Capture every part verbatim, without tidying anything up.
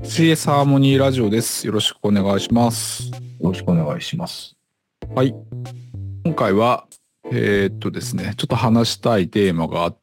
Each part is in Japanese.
シーエス ハーモニーラジオです。よろしくお願いします。 よろしくお願いします。 はい。今回は、えー、っとですね、ちょっと話したいテーマがあって、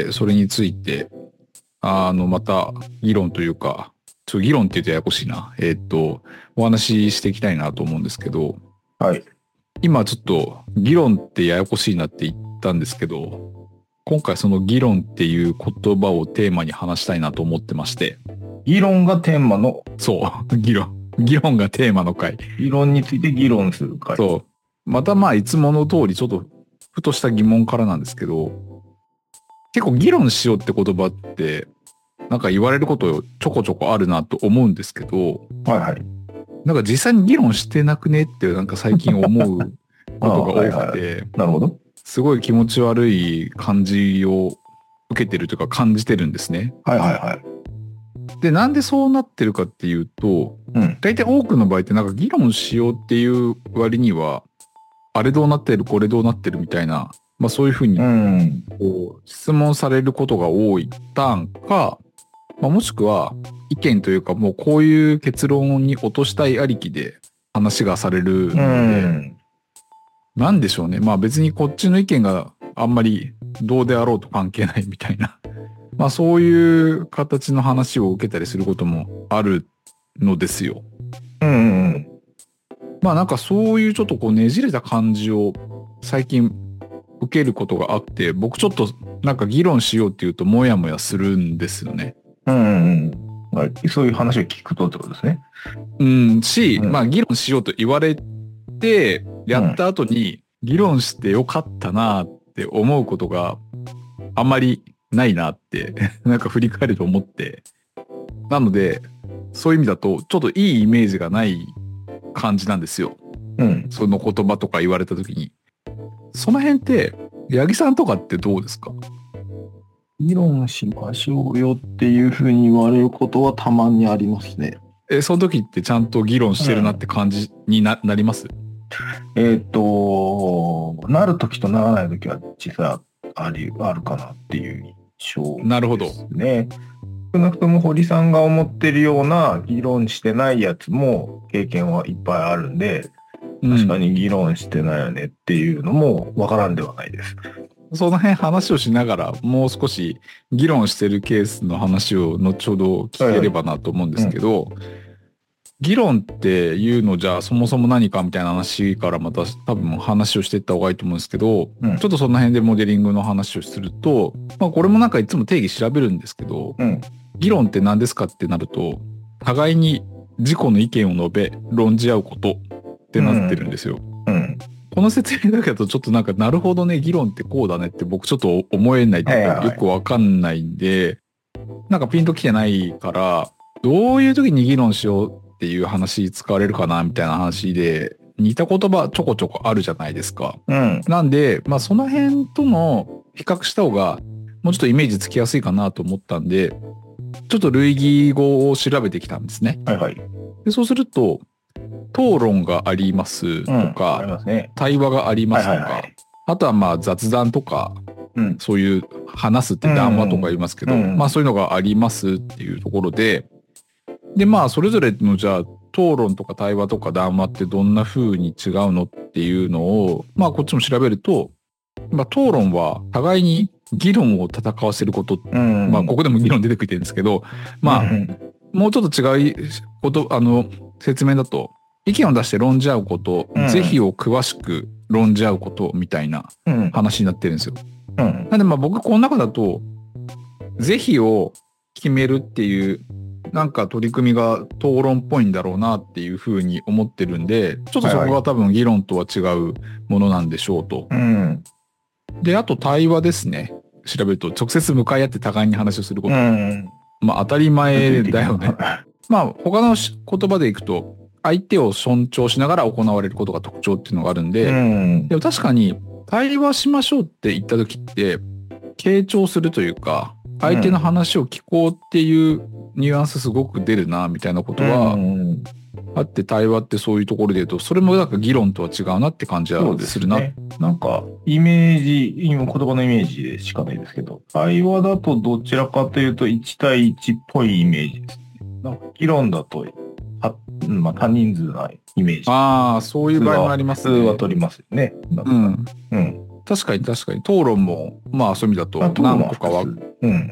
それについて、あの、また議論というか、ちょっと議論って言うとややこしいな。えー、っと、お話ししていきたいなと思うんですけど、 はい。 今ちょっと議論ってややこしいなって言ったんですけど、今回その議論っていう言葉をテーマに話したいなと思ってまして。 議論がテーマの、 そう、議論。議論がテーマの回。 議論について議論する会。 そう。またまあいつもの通りちょっとふとした疑問からなんですけど、結構議論しようって言葉ってなんか言われることちょこちょこあるなと思うんですけど、 はいはい。 なんか実際に議論してなくねってなんか最近思うことが多くて、 はいはい、なるほど。 すごい気持ち悪い感じを受けてるというか感じてるんですね。 はいはいはい。 で、なんでそうなってるかっていうと、 うん。 大体多くの場合ってなんか議論しようっていう割には、あれどうなってる、これどうなってるみたいな、まあそういうふうにうん。 こう質問されることが多いターンか、まあ、もしくは意見というかもうこういう結論に落としたいありきで話がされるうので、 ん。 なんでしょうね。まあ別にこっちの意見があんまりどうであろうと関係ないみたいな。まあそういう形の話を受けたりすることもあるのですよ。 うん。 まあなんかそういうちょっとこうねじれた感じを最近受けることがあって、僕ちょっとなんか議論しようっていうともやもやするんですよね。 うん。はい。そういう話を聞くとってことですね。 うんし、 うんまあ議論しようと言われて、やった後に議論してよかったなって思うことがあんまりないなってなんか振り返ると思って。なので、そういう意味だとちょっといいイメージがない感じなんですよ。 うん。 その言葉とか言われた時に。その辺って、八木さんとかってどうですか？ 議論しましょうよっていうふうに言われることはたまにありますね。 え、その時ってちゃんと議論してるなって感じに な,、なります？ えっと、なるときとならないときは実際あり、あるかなっていう印象なるほど。 ですね。少なくとも堀さんが思ってるような議論してないやつも経験はいっぱいあるんで、確かに議論してないよねっていうのもわからんではないです。 その辺話をしながら、もう少し議論してるケースの話を後ほど聞ければなと思うんですけど、はいはい、うん、議論っていうのじゃあそもそも何かみたいな話からまた多分話をしていった方がいいと思うんですけど、うん、ちょっとその辺でモデリングの話をすると、まあこれもなんかいつも定義調べるんですけど、うん、議論って何ですかってなると、互いに自己の意見を述べ論じ合うことってなってるんですよ。うんうん、この説明だけだとちょっとなんかなるほどね、議論ってこうだねって僕ちょっと思えないというかよくわかんないんで、なんかピンときてないから、どういう時に議論しようっていう話使われるかなみたいな話で、似た言葉ちょこちょこあるじゃないですか。うん、なんで、まあその辺との比較した方がもうちょっとイメージつきやすいかなと思ったんで、ちょっと類義語を調べてきたんですね。はいはい。でそうすると、討論がありますとか、うん、ありますね、対話がありますとか、はいはいはい、あとはまあ雑談とか、うん、そういう話すって談話とか言いますけど、うんうん、まあそういうのがありますっていうところで、でまあそれぞれのじゃあ討論とか対話とか談話ってどんな風に違うのっていうのを、まあこっちも調べると、まあ討論は互いに議論を戦わせること、うんうん、まあここでも議論出てきてるんですけど、まあ、うんうん、もうちょっと違いこと、あの、説明だと、意見を出して論じ合うこと、うん、是非を詳しく論じ合うことみたいな話になってるんですよ。うん、なんでまあ僕この中だと、是非を決めるっていうなんか取り組みが討論っぽいんだろうなっていうふうに思ってるんで、ちょっとそこが多分議論とは違うものなんでしょうと。はいはい、うん、で、あと対話ですね。調べると直接向かい合って互いに話をすること。うん、まあ当たり前だよね。まあ他の言葉でいくと、相手を尊重しながら行われることが特徴っていうのがあるんで、うん、でも確かに対話しましょうって言った時って、傾聴するというか、相手の話を聞こうっていうニュアンスすごく出るな、みたいなことはあって、対話ってそういうところで言うと、それもなんか議論とは違うなって感じはするな。 そうですね、なんか、イメージ、今言葉のイメージでしかないですけど、対話だとどちらかというといち対いちっぽいイメージです。 なんか議論だと、はまあ、多人数なイメージ。 ああ、そういう場合もありますね。 普通は取りますよね。 うん。 うん。 確かに確かに。討論も、まあそういう意味だと何個かは、 うん。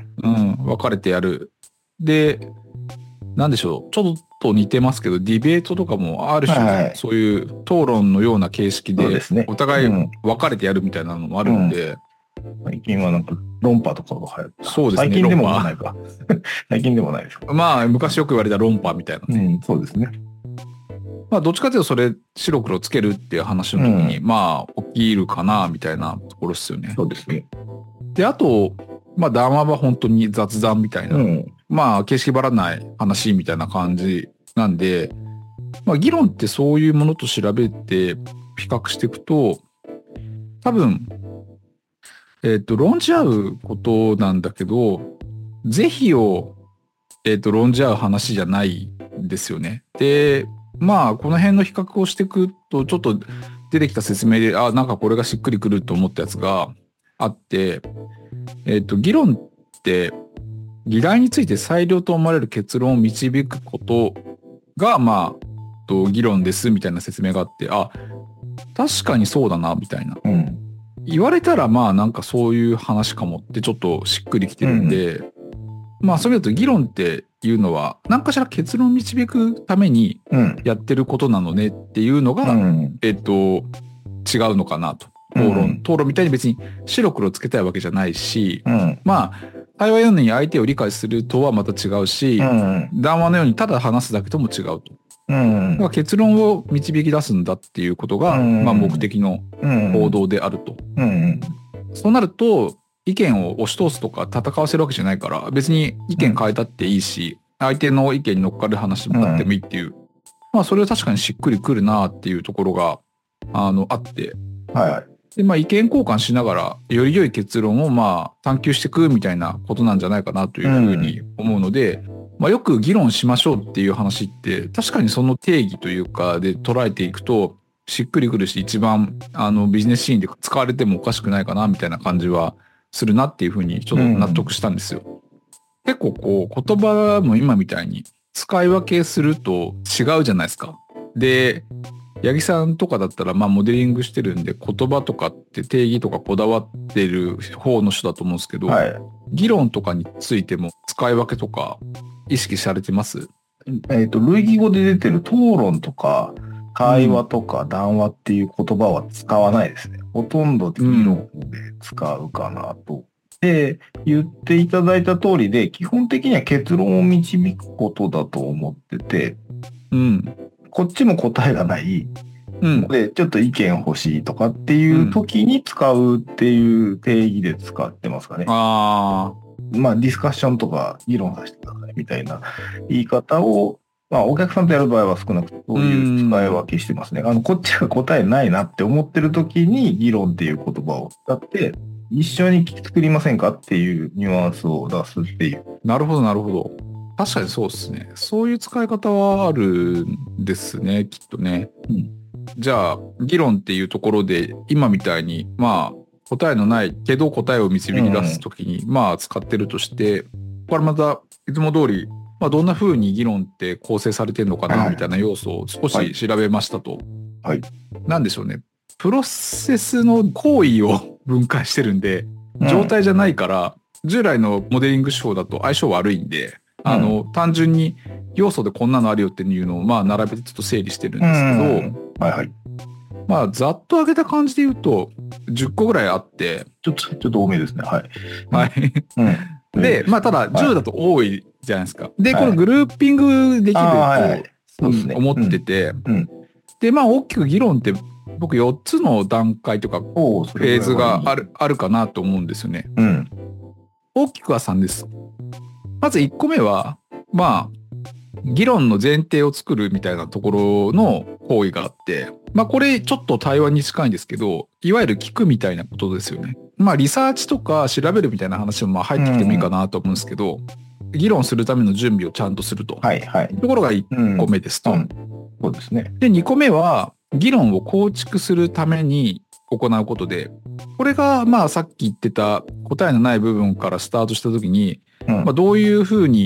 うん、分かれてやる。で、なんでしょう。ちょっと似てますけど、ディベートとかもある種、 はいはいそういう討論のような形式で、 そうですねお互いうん分かれてやるみたいなのもあるんで、 最近はなんか論破とかが流行った。 そうですね。 最近でも論破ないか。最近でもないですか。 まあ、昔よく言われた論破みたいなね。 うん、そうですね。 まあ、どっちかというとそれ白黒つけるっていう話の時に、 うまあ、起きるかな、みたいなところですよね。 そうですね。 で、あと、まあ、談話は本当に雑談みたいな、 うん。 まあ、形式ばらない話みたいな感じなんで、まあ、議論ってそういうものと調べて比較していくと、多分、えっと、論じ合うことなんだけど、是非を、えっと、論じ合う話じゃないんですよね。で、まあ、この辺の比較をしていくと、ちょっと出てきた説明で、あ、なんかこれがしっくりくると思ったやつがあって、えっと、議論って、議題について最良と思われる結論を導くことが、まあ、と議論ですみたいな説明があって、あ、確かにそうだな、みたいな。 うん。 言われたらまあなんかそういう話かもってちょっとしっくりきてるんで、うん、まあそういう意味だと議論っていうのは何かしら結論を導くためにやってることなのねっていうのが、うん、えっと違うのかなと。討論、うん、討論みたいに別に白黒つけたいわけじゃないし、うん、まあ対話のように相手を理解するとはまた違うし、うん、談話のようにただ話すだけとも違うと。うん、だから結論を導き出すんだっていうことが、うん、まあ、目的の行動であると、うん、そうなると意見を押し通すとか戦わせるわけじゃないから別に意見変えたっていいし、うん、相手の意見に乗っかる話もあってもいいっていう、うん、まあそれは確かにしっくりくるなっていうところがあのあって、はいはい、でまあ意見交換しながらより良い結論をまあ探求していくみたいなことなんじゃないかなというふうに思うので、うんまあ、よく議論しましょうっていう話って確かにその定義というかで捉えていくとしっくりくるし一番あのビジネスシーンで使われてもおかしくないかなみたいな感じはするなっていうふうにちょっと納得したんですよ。うん、結構こう言葉も今みたいに使い分けすると違うじゃないですか。で八木さんとかだったらまあモデリングしてるんで言葉とかって定義とかこだわってる方の人だと思うんですけど、はい、議論とかについても使い分けとか意識されてます？ えっと、類義語で出てる討論とか、会話とか談話っていう言葉は使わないですね。うん、ほとんど議論で使うかなと。うん、で、言っていただいた通りで、基本的には結論を導くことだと思ってて、うん。こっちも答えがない。うん、で、ちょっと意見欲しいとかっていう時に使うっていう定義で使ってますかね。うん、ああ。まあ、ディスカッションとか議論させてくださいみたいな言い方を、まあ、お客さんとやる場合は少なくともそういう使い分けしてますね。あの、こっちが答えないなって思ってる時に議論っていう言葉を使って、一緒に作りませんかっていうニュアンスを出すっていう。 なるほど、なるほど。確かにそうですね。そういう使い方はあるんですね、きっとね。うん、じゃあ、議論っていうところで、今みたいに、まあ、答えのないけど答えを導き出すときに、うん、まあ使ってるとして、これまたいつも通り、まあどんな風に議論って構成されてるのかなみたいな要素を少し調べましたと。はい。なんでしょうね。プロセスの行為を分解してるんで、状態じゃないから、従来のモデリング手法だと相性悪いんで、うん、あの、単純に要素でこんなのあるよっていうのをまあ並べてちょっと整理してるんですけど、うん、はいはい。まあ、ざっと上げた感じで言うと、じゅっこぐらいあって。 ちょっと、ちょっと多めですね。はい。 はい。うん、で、まあ、ただ、じゅうだと多いじゃないですか。はい、で、このグルーピングできると、はいそうですね、思ってて、うんうん、で、まあ、大きく議論って、僕よっつの段階とか、フェーズがある、あるかなと思うんですよね。うん、大きくはさんです。まずいっこめは、まあ、議論の前提を作るみたいなところの行為があって、まあこれちょっと対話に近いんですけど、いわゆる聞くみたいなことですよね。まあリサーチとか調べるみたいな話もまあ入ってきてもいいかなと思うんですけど、うん、議論するための準備をちゃんとすると。はいはい。ところがいっこめですと。うんうん、 そうですね。 で、にこめは議論を構築するために行うことで、これがまあさっき言ってた答えのない部分からスタートした時に、うんまあ、どういうふうに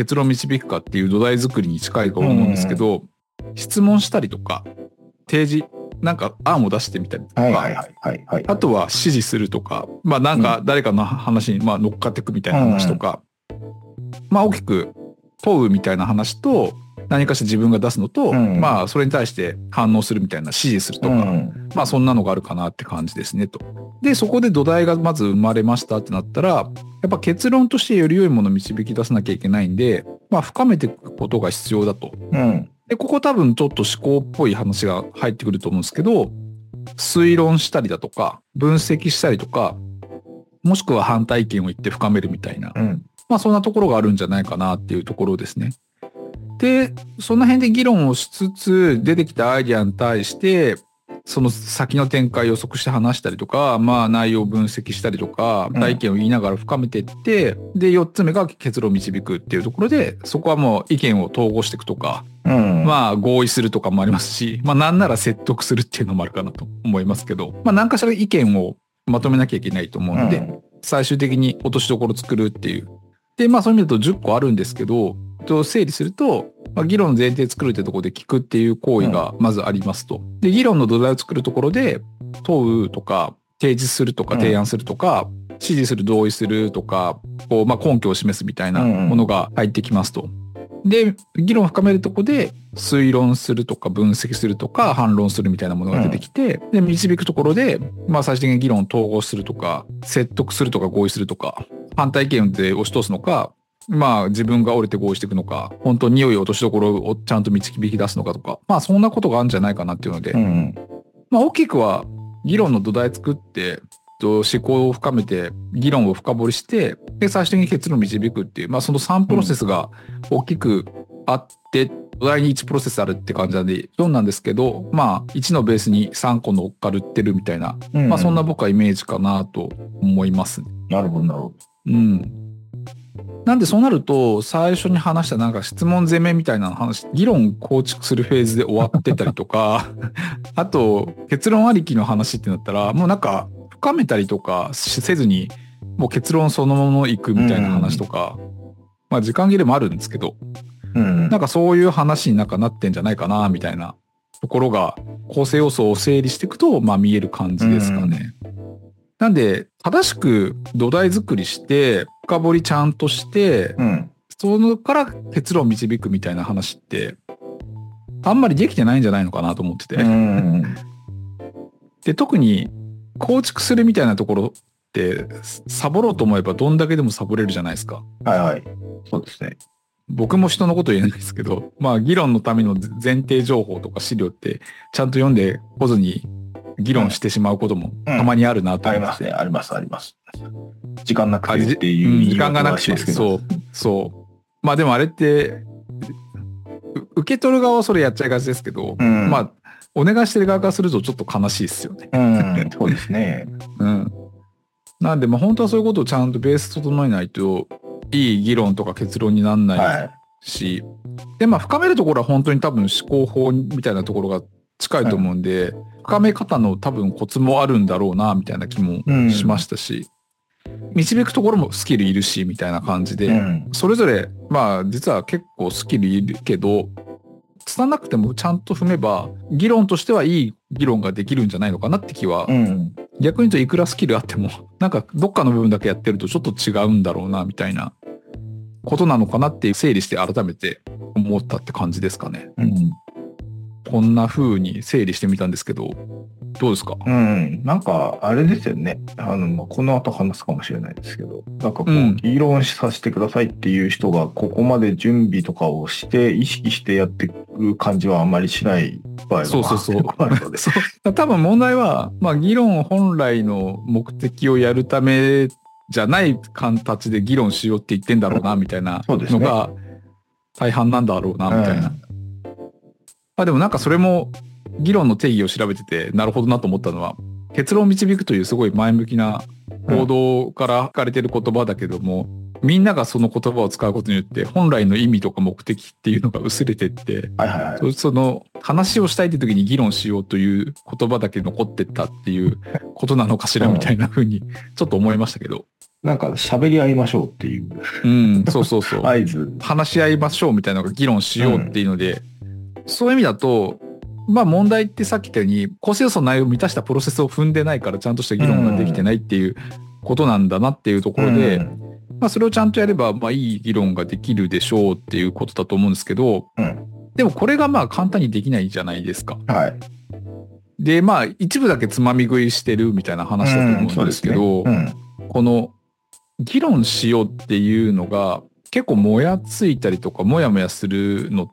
結論を導くかっていう土台作りに近いと思うんですけど、質問したりとか提示なんか案を出してみたりとか、 はいはいはいはいはい、 あとは指示するとか、まあなんか誰かの話にまあ乗っかっていくみたいな話とか、まあ大きく問うみたいな話と何かしら自分が出すのと、うん、まあそれに対して反応するみたいな指示するとか、うん、まあそんなのがあるかなって感じですねと。でそこで土台がまず生まれましたってなったら、やっぱ結論としてより良いものを導き出さなきゃいけないんで、まあ深めていくことが必要だと。うん、でここ多分ちょっと思考っぽい話が入ってくると思うんですけど、推論したりだとか分析したりとか、もしくは反対意見を言って深めるみたいな、うん、まあそんなところがあるんじゃないかなっていうところですね。でその辺で議論をしつつ出てきたアイディアに対してその先の展開を予測して話したりとか、まあ内容を分析したりとか、大意見を言いながら深めていって、うん、でよっつめが結論を導くっていうところで、そこはもう意見を統合していくとか、うん、まあ合意するとかもありますし、まあなんなら説得するっていうのもあるかなと思いますけど、まあ何かしら意見をまとめなきゃいけないと思うので、うん、最終的に落としどころを作るっていう。でまあそういう意味だとじゅっこあるんですけど、整理すると、まあ、議論の前提作るってところで聞くっていう行為がまずありますと。うん、で議論の土台を作るところで問うとか提示するとか提案するとか、うん、指示する同意するとかこう、まあ、根拠を示すみたいなものが入ってきますと。で議論を深めるところで推論するとか分析するとか反論するみたいなものが出てきて、うん、で導くところで、まあ、最終的に議論を統合するとか説得するとか合意するとか反対意見で押し通すのか、まあ自分が折れて合意していくのか、本当に良い落としどころをちゃんと導き出すのかとか、まあそんなことがあるんじゃないかなっていうので、うん、まあ大きくは議論の土台作って思考を深めて議論を深掘りしてで最終的に結論を導くっていう、まあそのさんプロセスが大きくあって、うん、土台にいちプロセスあるって感じなんでよんなんですけど、まあいちのベースにさんこ乗っかるってるみたいな、うん、まあそんな僕はイメージかなと思います。 なるほどなるほど。 うん。なんでそうなると最初に話したなんか質問攻めみたいな話、議論構築するフェーズで終わってたりとかあと結論ありきの話ってなったらもうなんか深めたりとかせずにもう結論そのままいくみたいな話とか、うん、まあ時間切れもあるんですけど、うん、なんかそういう話になんかなってんじゃないかなみたいなところが構成要素を整理していくとまあ見える感じですかね。うん、なんで正しく土台作りして深掘りちゃんとして、うん、そのから結論を導くみたいな話ってあんまりできてないんじゃないのかなと思ってて、うん、で特に構築するみたいなところってサボろうと思えばどんだけでもサボれるじゃないですか。 はいはい、そうですね。 僕も人のこと言えないですけど、まあ議論のための前提情報とか資料ってちゃんと読んでこずに議論してしまうこともたまにあるなと思って、うんうん、 ありますね、ありますあります。時間なくてっていう言い方はしますけど、 うん、時間がなくて、そうそうまあでもあれって受け取る側はそれやっちゃいがちですけど、うん、まあお願いしてる側からするとちょっと悲しいですよね。 うん、そうですね。 うん。なんでまあ本当はそういうことをちゃんとベース整えないといい議論とか結論にならないし、はい、でまあ深めるところは本当に多分思考法みたいなところが近いと思うんで、はい、深め方の多分コツもあるんだろうなみたいな気もしましたし、うん、導くところもスキルいるしみたいな感じで、うん、それぞれまあ実は結構スキルいるけどつたなくてもちゃんと踏めば議論としてはいい議論ができるんじゃないのかなって気は、うん、逆に言うといくらスキルあってもなんかどっかの部分だけやってるとちょっと違うんだろうなみたいなことなのかなって整理して改めて思ったって感じですかね。うん、こんな風に整理してみたんですけどどうですか？ うん、なんかあれですよね。あの、まあ、この後話すかもしれないですけど、なんかこう、うん、議論させてくださいっていう人がここまで準備とかをして意識してやっていく感じはあんまりしない場合がそうそうそうあるのでそう多分問題は、まあ、議論本来の目的をやるためじゃない形で議論しようって言ってんだろうなみたいなのが大半なんだろうなみたいな、うん、あでもなんかそれも議論の定義を調べててなるほどなと思ったのは結論を導くというすごい前向きな行動から書かれてる言葉だけども、うん、みんながその言葉を使うことによって本来の意味とか目的っていうのが薄れてって、はいはいはい、その話をしたいって時に議論しようという言葉だけ残ってったっていうことなのかしらみたいな風にちょっと思いましたけど、 なんか喋り合いましょうっていう。 うん、そうそうそう。 合図。 話し合いましょうみたいなのが議論しようっていうので、うん、そういう意味だと、まあ問題ってさっき言ったように、構成要素の内容を満たしたプロセスを踏んでないからちゃんとした議論ができてないっていうことなんだなっていうところで、うん、まあそれをちゃんとやれば、まあいい議論ができるでしょうっていうことだと思うんですけど、うん、でもこれがまあ簡単にできないじゃないですか。 はい。 で、まあ一部だけつまみ食いしてるみたいな話だと思うんですけど、うんねうん、この議論しようっていうのが結構もやついたりとかもやもやするのって、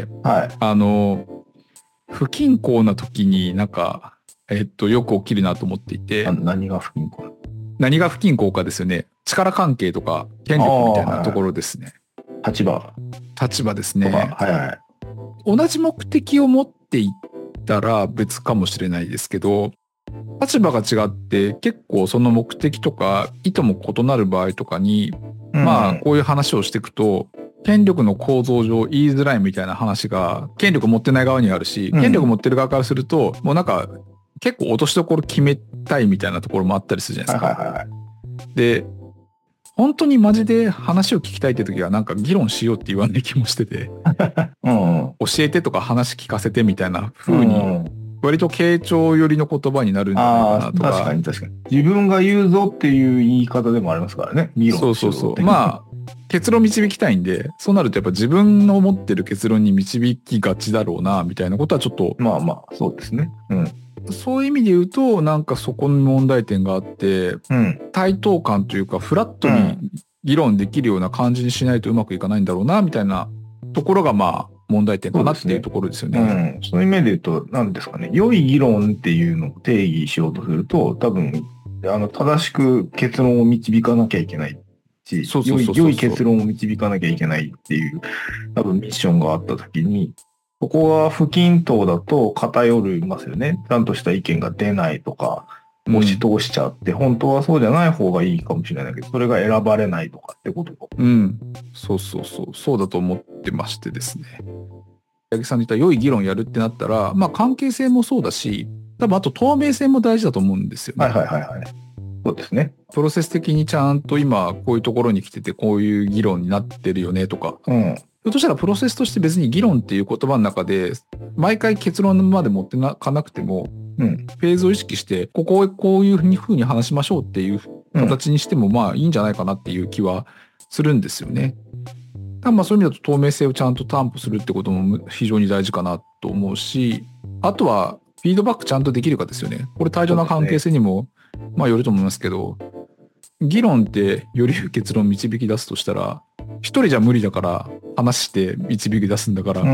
はい、あの、不均衡な時になんか、えっと、よく起きるなと思っていて。 何が不均衡？ 何が不均衡かですよね。力関係とか権力みたいなところですね。 はい、立場。 立場ですね。 はいはい。 同じ目的を持っていったら別かもしれないですけど、立場が違って結構その目的とか意図も異なる場合とかに、うん、まあこういう話をしていくと、権力の構造上言いづらいみたいな話が権力持ってない側にあるし、権力持ってる側からすると、もうなんか結構落としどころ決めたいみたいなところもあったりするじゃないですか。はいはいはい、で、本当にマジで話を聞きたいって時はなんか議論しようって言わない気もしてて、うん、教えてとか話聞かせてみたいな風に割と傾聴寄りの言葉になるんじゃないかなとか。 確かに確かに。自分が言うぞっていう言い方でもありますからね。議論そうそうそう。まあ結論導きたいんで、そうなるとやっぱ自分の持ってる結論に導きがちだろうなみたいなことはちょっと。 まあまあそうですね。うん。 そういう意味で言うとなんかそこに問題点があって、うん、対等感というかフラットに議論できるような感じにしないとうまくいかないんだろうなみたいなところがまあ問題点かなっていうところですよね。 そうですね。うん。そういう意味で言うと何ですかね。良い議論っていうのを定義しようとすると多分あの正しく結論を導かなきゃいけないし、良い結論を導かなきゃいけないっていう多分ミッションがあった時に。ここが不均等だと偏りますよね。ちゃんとした意見が出ないとか、押し通しちゃって、うん、本当はそうじゃない方がいいかもしれないけど、それが選ばれないとかってことか。 うん。そうそうそう。そうだと思ってましてですね。八木さんの言った良い議論やるってなったら、まあ関係性もそうだし、多分あと透明性も大事だと思うんですよね。 はいはいはいはい。そうですね。 プロセス的にちゃんと今こういうところに来ててこういう議論になってるよねとか。うん。ひょっとしたらプロセスとして別に議論っていう言葉の中で毎回結論まで持ってなかなくても、うん、フェーズを意識してここをこういうふうに話しましょうっていう形にしてもまあいいんじゃないかなっていう気はするんですよね。ただまあそういう意味だと透明性をちゃんと担保するってことも非常に大事かなと思うし、あとはフィードバックちゃんとできるかですよね。これ対等な関係性にもまあよると思いますけど、議論ってより結論を導き出すとしたら一人じゃ無理だから話して導き出すんだから、うん、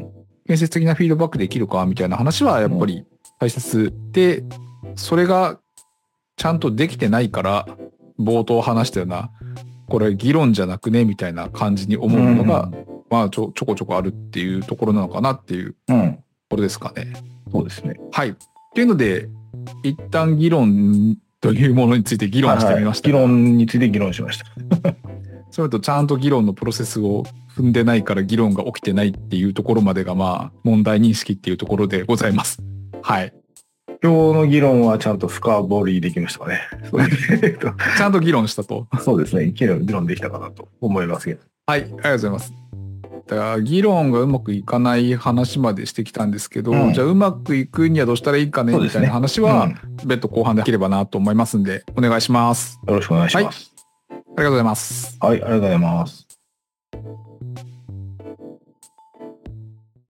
建設的なフィードバックできるかみたいな話はやっぱり大切で、それがちゃんとできてないから冒頭話したようなこれ議論じゃなくねみたいな感じに思うのが、うん、まあちょちょこちょこあるっていうところなのかなっていうところですかね。 うん、そうですね。 はい。っていうので一旦議論というものについて議論してみました。 はいはい、議論について議論しました。 それとちゃんと議論のプロセスを踏んでないから議論が起きてないっていうところまでがまあ問題認識っていうところでございます。はい。 今日の議論はちゃんと深掘りできましたかね。そうですね。 ちゃんと議論したと。 そうですね。議論できたかなと思いますけど。 はい。ありがとうございます。だから議論がうまくいかない話までしてきたんですけど、うん、じゃあうまくいくにはどうしたらいいかねみたいな話は、ねうん、別途後半できればなと思いますんで、お願いします。 よろしくお願いします。 はい、ありがとうございます。 はい、ありがとうございます。